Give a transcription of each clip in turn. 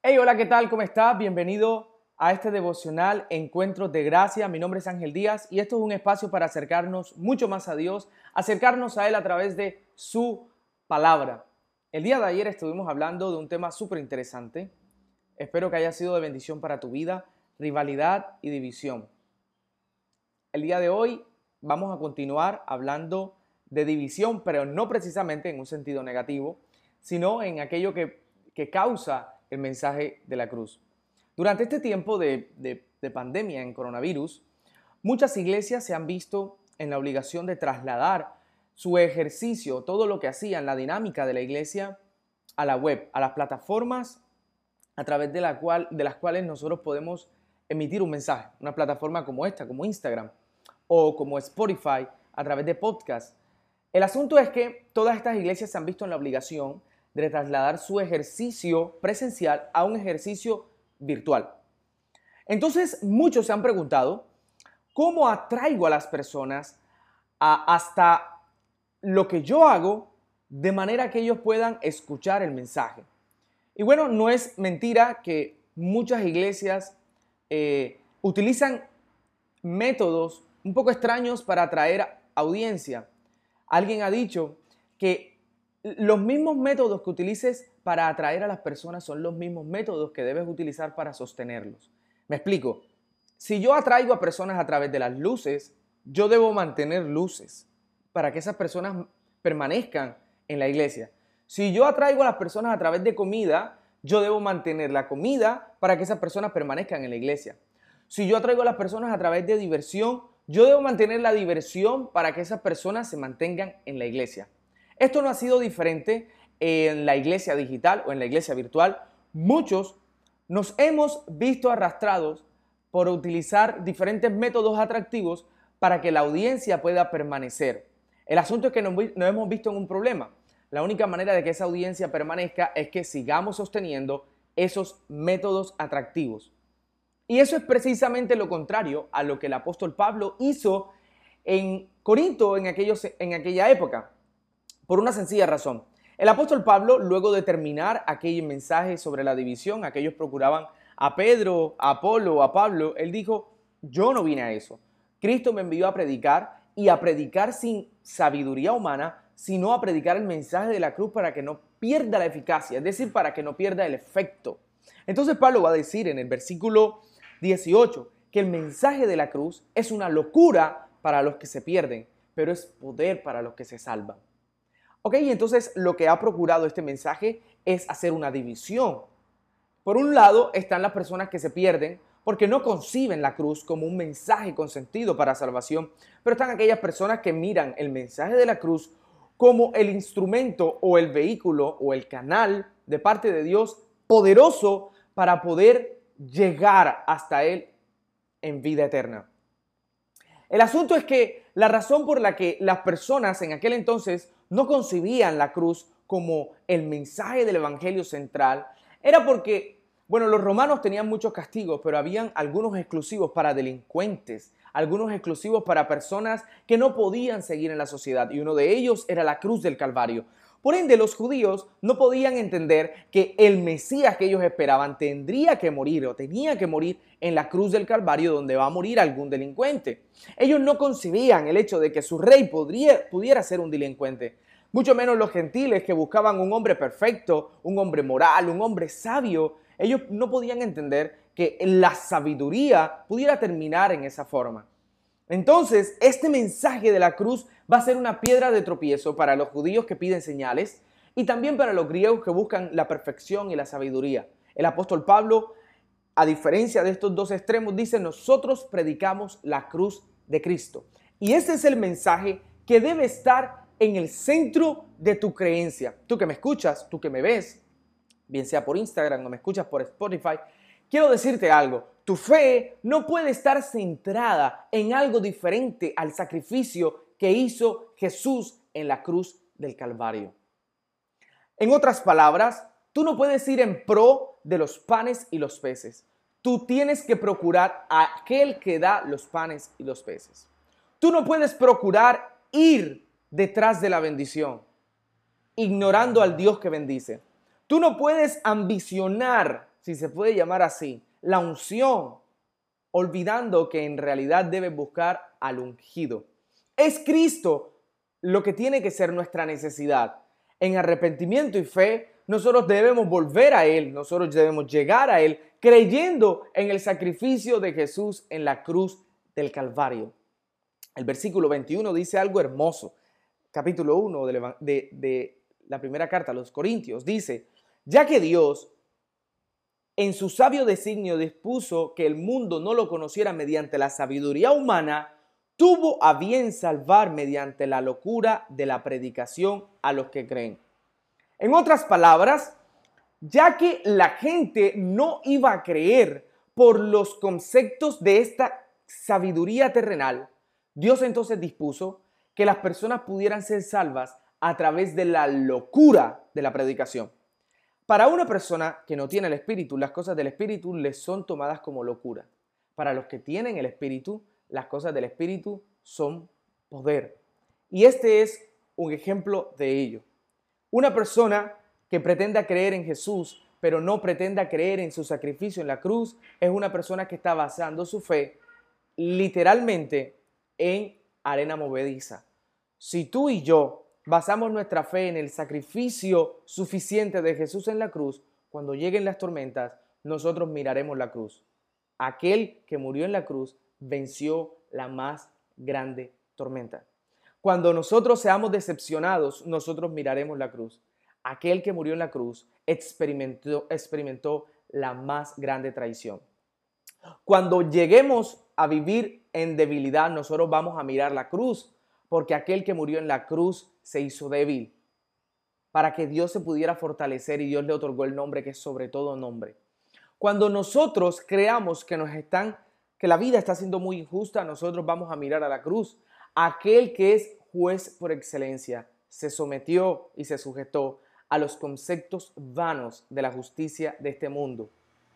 Hey, hola, ¿qué tal? ¿Cómo estás? Bienvenido a este devocional Encuentros de Gracia. Mi nombre es Ángel Díaz y esto es un espacio para acercarnos mucho más a Dios, acercarnos a Él a través de su palabra. El día de ayer estuvimos hablando de un tema súper interesante. Espero que haya sido de bendición para tu vida: rivalidad y división. El día de hoy vamos a continuar hablando de división, pero no precisamente en un sentido negativo, sino en aquello que causa el mensaje de la cruz. Durante este tiempo de pandemia en coronavirus, muchas iglesias se han visto en la obligación de trasladar su ejercicio, todo lo que hacían, la dinámica de la iglesia, a la web, a las plataformas a través de las cuales nosotros podemos emitir un mensaje. Una plataforma como esta, como Instagram o como Spotify, a través de podcast. El asunto es que todas estas iglesias se han visto en la obligación de trasladar su ejercicio presencial a un ejercicio virtual. Entonces, muchos se han preguntado, ¿cómo atraigo a las personas hasta lo que yo hago de manera que ellos puedan escuchar el mensaje? Y bueno, no es mentira que muchas iglesias utilizan métodos un poco extraños para atraer audiencia. Alguien ha dicho que los mismos métodos que utilices para atraer a las personas son los mismos métodos que debes utilizar para sostenerlos. Me explico. Si yo atraigo a personas a través de las luces, yo debo mantener luces para que esas personas permanezcan en la iglesia. Si yo atraigo a las personas a través de comida, yo debo mantener la comida para que esas personas permanezcan en la iglesia. Si yo atraigo a las personas a través de diversión, yo debo mantener la diversión para que esas personas se mantengan en la iglesia. Esto no ha sido diferente en la iglesia digital o en la iglesia virtual. Muchos nos hemos visto arrastrados por utilizar diferentes métodos atractivos para que la audiencia pueda permanecer. El asunto es que nos hemos visto en un problema. La única manera de que esa audiencia permanezca es que sigamos sosteniendo esos métodos atractivos. Y eso es precisamente lo contrario a lo que el apóstol Pablo hizo en Corinto en aquella época, por una sencilla razón. El apóstol Pablo, luego de terminar aquel mensaje sobre la división, aquellos procuraban a Pedro, a Apolo, a Pablo, él dijo: yo no vine a eso. Cristo me envió a predicar, y a predicar sin sabiduría humana, sino a predicar el mensaje de la cruz para que no pierda la eficacia, es decir, para que no pierda el efecto. Entonces Pablo va a decir en el versículo 18 que el mensaje de la cruz es una locura para los que se pierden, pero es poder para los que se salvan. Ok, entonces lo que ha procurado este mensaje es hacer una división. Por un lado están las personas que se pierden porque no conciben la cruz como un mensaje con sentido para salvación, pero están aquellas personas que miran el mensaje de la cruz como el instrumento o el vehículo o el canal de parte de Dios poderoso para poder llegar hasta Él en vida eterna. El asunto es que la razón por la que las personas en aquel entonces no concibían la cruz como el mensaje del evangelio central era porque, bueno, los romanos tenían muchos castigos, pero habían algunos exclusivos para delincuentes, algunos exclusivos para personas que no podían seguir en la sociedad, y uno de ellos era la cruz del Calvario. Por ende, los judíos no podían entender que el Mesías que ellos esperaban tendría que morir o tenía que morir en la cruz del Calvario, donde va a morir algún delincuente. Ellos no concebían el hecho de que su rey pudiera ser un delincuente, mucho menos los gentiles que buscaban un hombre perfecto, un hombre moral, un hombre sabio. Ellos no podían entender que la sabiduría pudiera terminar en esa forma. Entonces, este mensaje de la cruz va a ser una piedra de tropiezo para los judíos que piden señales y también para los griegos que buscan la perfección y la sabiduría. El apóstol Pablo, a diferencia de estos dos extremos, dice: nosotros predicamos la cruz de Cristo. Y ese es el mensaje que debe estar en el centro de tu creencia. Tú que me escuchas, tú que me ves, bien sea por Instagram o me escuchas por Spotify, quiero decirte algo: tu fe no puede estar centrada en algo diferente al sacrificio que hizo Jesús en la cruz del Calvario. En otras palabras, tú no puedes ir en pro de los panes y los peces. Tú tienes que procurar a aquel que da los panes y los peces. Tú no puedes procurar ir detrás de la bendición, ignorando al Dios que bendice. Tú no puedes ambicionar si se puede llamar así, la unción, olvidando que en realidad debes buscar al ungido. Es Cristo lo que tiene que ser nuestra necesidad. En arrepentimiento y fe, nosotros debemos volver a Él, nosotros debemos llegar a Él, creyendo en el sacrificio de Jesús en la cruz del Calvario. El versículo 21 dice algo hermoso. Capítulo 1 de la primera carta a los Corintios dice: ya que Dios en su sabio designio dispuso que el mundo no lo conociera mediante la sabiduría humana, tuvo a bien salvar mediante la locura de la predicación a los que creen. En otras palabras, ya que la gente no iba a creer por los conceptos de esta sabiduría terrenal, Dios entonces dispuso que las personas pudieran ser salvas a través de la locura de la predicación. Para una persona que no tiene el Espíritu, las cosas del Espíritu les son tomadas como locura. Para los que tienen el Espíritu, las cosas del Espíritu son poder. Y este es un ejemplo de ello. Una persona que pretenda creer en Jesús, pero no pretenda creer en su sacrificio en la cruz, es una persona que está basando su fe literalmente en arena movediza. Si tú y yo basamos nuestra fe en el sacrificio suficiente de Jesús en la cruz, cuando lleguen las tormentas, nosotros miraremos la cruz. Aquel que murió en la cruz venció la más grande tormenta. Cuando nosotros seamos decepcionados, nosotros miraremos la cruz. Aquel que murió en la cruz experimentó la más grande traición. Cuando lleguemos a vivir en debilidad, nosotros vamos a mirar la cruz, porque aquel que murió en la cruz se hizo débil para que Dios se pudiera fortalecer y Dios le otorgó el nombre que es sobre todo nombre. Cuando nosotros creamos que la vida está siendo muy injusta, nosotros vamos a mirar a la cruz. Aquel que es juez por excelencia se sometió y se sujetó a los conceptos vanos de la justicia de este mundo.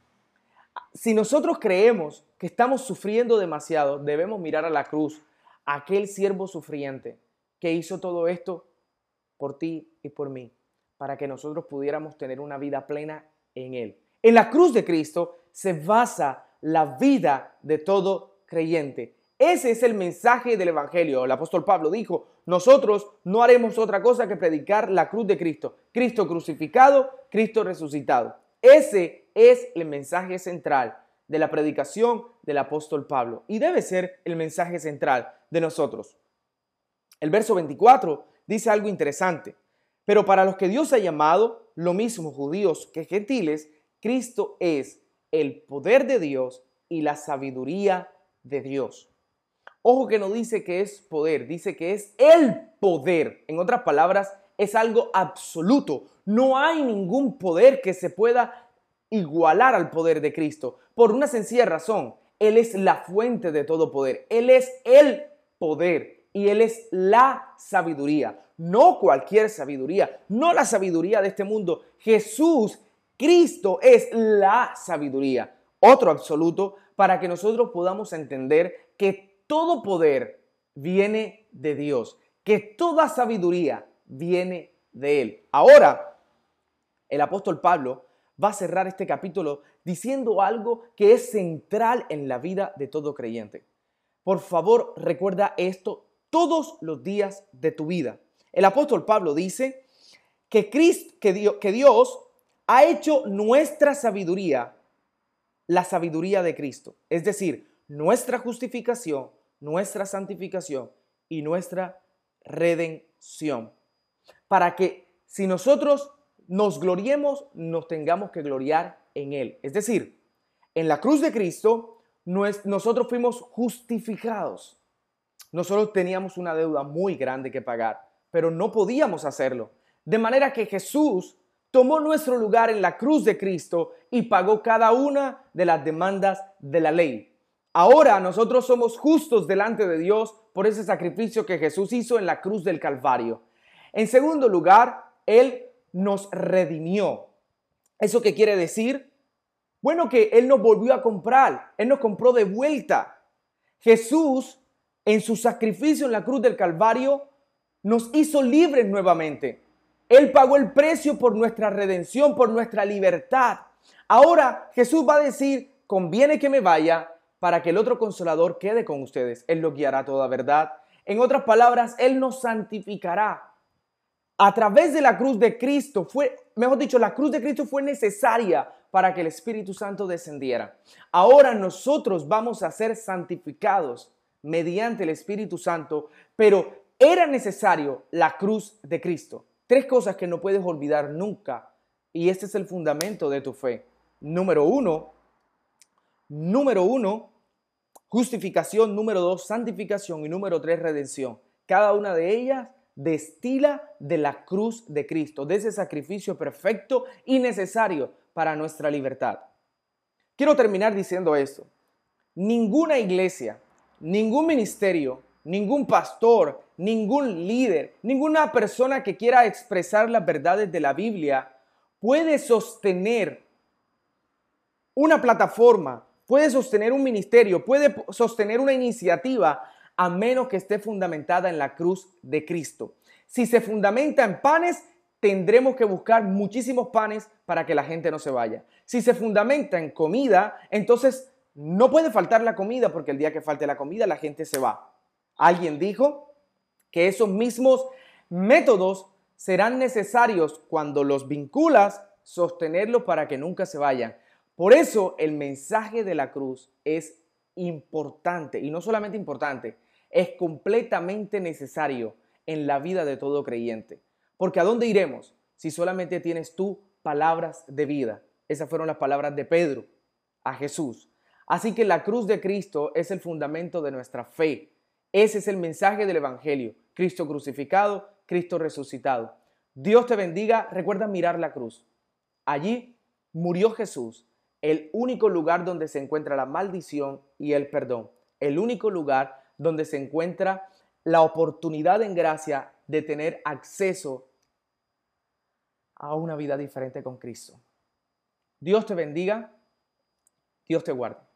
Si nosotros creemos que estamos sufriendo demasiado, debemos mirar a la cruz, a aquel siervo sufriente que hizo todo esto por ti y por mí, para que nosotros pudiéramos tener una vida plena en Él. En la cruz de Cristo se basa la vida de todo creyente. Ese es el mensaje del Evangelio. El apóstol Pablo dijo: nosotros no haremos otra cosa que predicar la cruz de Cristo. Cristo crucificado, Cristo resucitado. Ese es el mensaje central de la predicación del apóstol Pablo y debe ser el mensaje central de nosotros. El verso 24 dice algo interesante: pero para los que Dios ha llamado, lo mismo judíos que gentiles, Cristo es el poder de Dios y la sabiduría de Dios. Ojo que no dice que es poder, dice que es el poder. En otras palabras, es algo absoluto. No hay ningún poder que se pueda igualar al poder de Cristo. Por una sencilla razón: Él es la fuente de todo poder. Él es el poder y Él es la sabiduría. No cualquier sabiduría, no la sabiduría de este mundo. Jesús, Cristo es la sabiduría. Otro absoluto para que nosotros podamos entender que todo poder viene de Dios, que toda sabiduría viene de Él. Ahora, el apóstol Pablo va a cerrar este capítulo diciendo algo que es central en la vida de todo creyente. Por favor, recuerda esto todos los días de tu vida. El apóstol Pablo dice que Dios ha hecho nuestra sabiduría la sabiduría de Cristo. Es decir, nuestra justificación, nuestra santificación y nuestra redención. Para que si nosotros nos gloriemos, nos tengamos que gloriar en Él. Es decir, en la cruz de Cristo, nosotros fuimos justificados. Nosotros teníamos una deuda muy grande que pagar, pero no podíamos hacerlo. De manera que Jesús tomó nuestro lugar en la cruz de Cristo y pagó cada una de las demandas de la ley. Ahora nosotros somos justos delante de Dios por ese sacrificio que Jesús hizo en la cruz del Calvario. En segundo lugar, Él nos redimió. ¿Eso qué quiere decir? Bueno, que Él nos volvió a comprar. Él nos compró de vuelta. Jesús, en su sacrificio en la cruz del Calvario, nos hizo libres nuevamente. Él pagó el precio por nuestra redención, por nuestra libertad. Ahora Jesús va a decir, conviene que me vaya para que el otro consolador quede con ustedes. Él los guiará a toda verdad. En otras palabras, Él nos santificará. A través de la cruz de Cristo la cruz de Cristo fue necesaria para que el Espíritu Santo descendiera. Ahora nosotros vamos a ser santificados mediante el Espíritu Santo, pero era necesario la cruz de Cristo. Tres cosas que no puedes olvidar nunca, y este es el fundamento de tu fe. Número uno, justificación. Número dos, santificación. Y número tres, redención. Cada una de ellas destila de la cruz de Cristo, de ese sacrificio perfecto y necesario para nuestra libertad. Quiero terminar diciendo esto. Ninguna iglesia, ningún ministerio, ningún pastor, ningún líder, ninguna persona que quiera expresar las verdades de la Biblia puede sostener una plataforma, puede sostener un ministerio, puede sostener una iniciativa a menos que esté fundamentada en la cruz de Cristo. Si se fundamenta en panes, tendremos que buscar muchísimos panes para que la gente no se vaya. Si se fundamenta en comida, entonces no puede faltar la comida, porque el día que falte la comida la gente se va. Alguien dijo que esos mismos métodos serán necesarios cuando los vinculas, sostenerlos para que nunca se vayan. Por eso el mensaje de la cruz es importante, y no solamente importante, es completamente necesario en la vida de todo creyente. Porque ¿a dónde iremos si solamente tienes tú palabras de vida? Esas fueron las palabras de Pedro a Jesús. Así que la cruz de Cristo es el fundamento de nuestra fe. Ese es el mensaje del Evangelio. Cristo crucificado, Cristo resucitado. Dios te bendiga. Recuerda mirar la cruz. Allí murió Jesús, el único lugar donde se encuentra la maldición y el perdón. El único lugar donde se encuentra la oportunidad en gracia de tener acceso a una vida diferente con Cristo. Dios te bendiga. Dios te guarde.